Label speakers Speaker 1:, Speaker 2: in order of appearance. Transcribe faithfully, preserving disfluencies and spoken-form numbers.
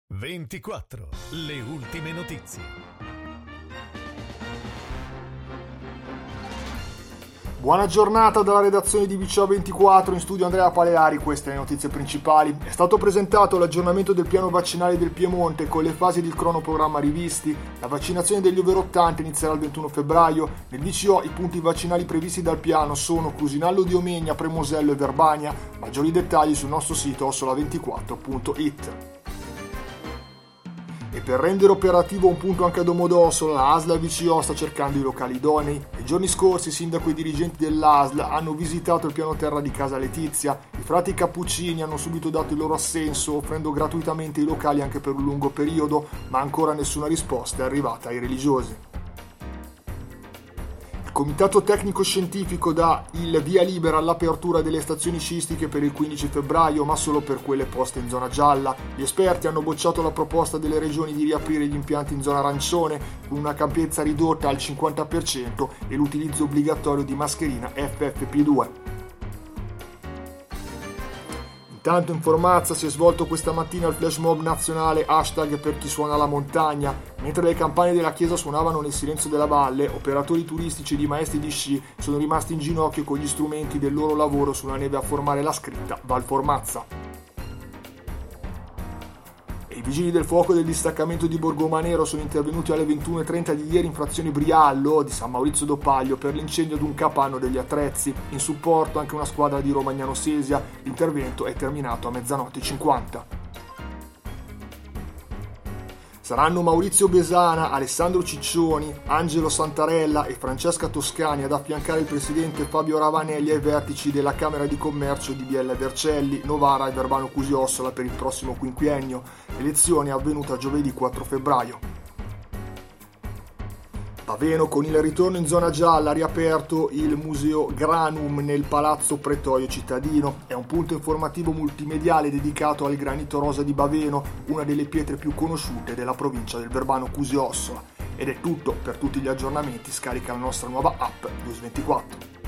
Speaker 1: ventiquattro. Le ultime notizie.
Speaker 2: Buona giornata dalla redazione di B C O ventiquattro, in studio Andrea Paleari. Queste le notizie principali. È stato presentato l'aggiornamento del piano vaccinale del Piemonte con le fasi del cronoprogramma rivisti. La vaccinazione degli over ottanta inizierà il ventuno febbraio. Nel B C O i punti vaccinali previsti dal piano sono Crusinallo di Omegna, Premosello e Verbania. Maggiori dettagli sul nostro sito ossola ventiquattro punto it. E per rendere operativo un punto anche a Domodossola, la A S L A B C O sta cercando i locali idonei. Nei giorni scorsi i sindaco e i dirigenti dell'A S L hanno visitato il piano terra di Casa Letizia. I frati cappuccini hanno subito dato il loro assenso, offrendo gratuitamente i locali anche per un lungo periodo, ma ancora nessuna risposta è arrivata ai religiosi. Il Comitato Tecnico Scientifico dà il via libera all'apertura delle stazioni sciistiche per il quindici febbraio, ma solo per quelle poste in zona gialla. Gli esperti hanno bocciato la proposta delle regioni di riaprire gli impianti in zona arancione con una capienza ridotta al cinquanta per cento e l'utilizzo obbligatorio di mascherina F F P due. Intanto in Formazza si è svolto questa mattina il flash mob nazionale hashtag per chi suona la montagna. Mentre le campane della chiesa suonavano nel silenzio della valle, operatori turistici e maestri di sci sono rimasti in ginocchio con gli strumenti del loro lavoro sulla neve a formare la scritta Val Formazza. I vigili del fuoco del distaccamento di Borgomanero sono intervenuti alle ventuno e trenta di ieri in frazione Briallo di San Maurizio d'Opaglio per l'incendio di un capanno degli attrezzi. In supporto anche una squadra di Romagnano Sesia. L'intervento è terminato a mezzanotte e cinquanta. Saranno Maurizio Besana, Alessandro Ciccioni, Angelo Santarella e Francesca Toscani ad affiancare il presidente Fabio Ravanelli ai vertici della Camera di Commercio di Biella Vercelli, Novara e Verbano Cusio-Ossola per il prossimo quinquennio. L'elezione è avvenuta giovedì quattro febbraio. Paveno, con il ritorno in zona gialla, ha riaperto il museo Granum nel Palazzo Pretorio cittadino. È un punto informativo multimediale dedicato al granito rosa di Baveno, una delle pietre più conosciute della provincia del Verbano Cusio-Ossola. Ed è tutto, per tutti gli aggiornamenti scarica la nostra nuova app News ventiquattro.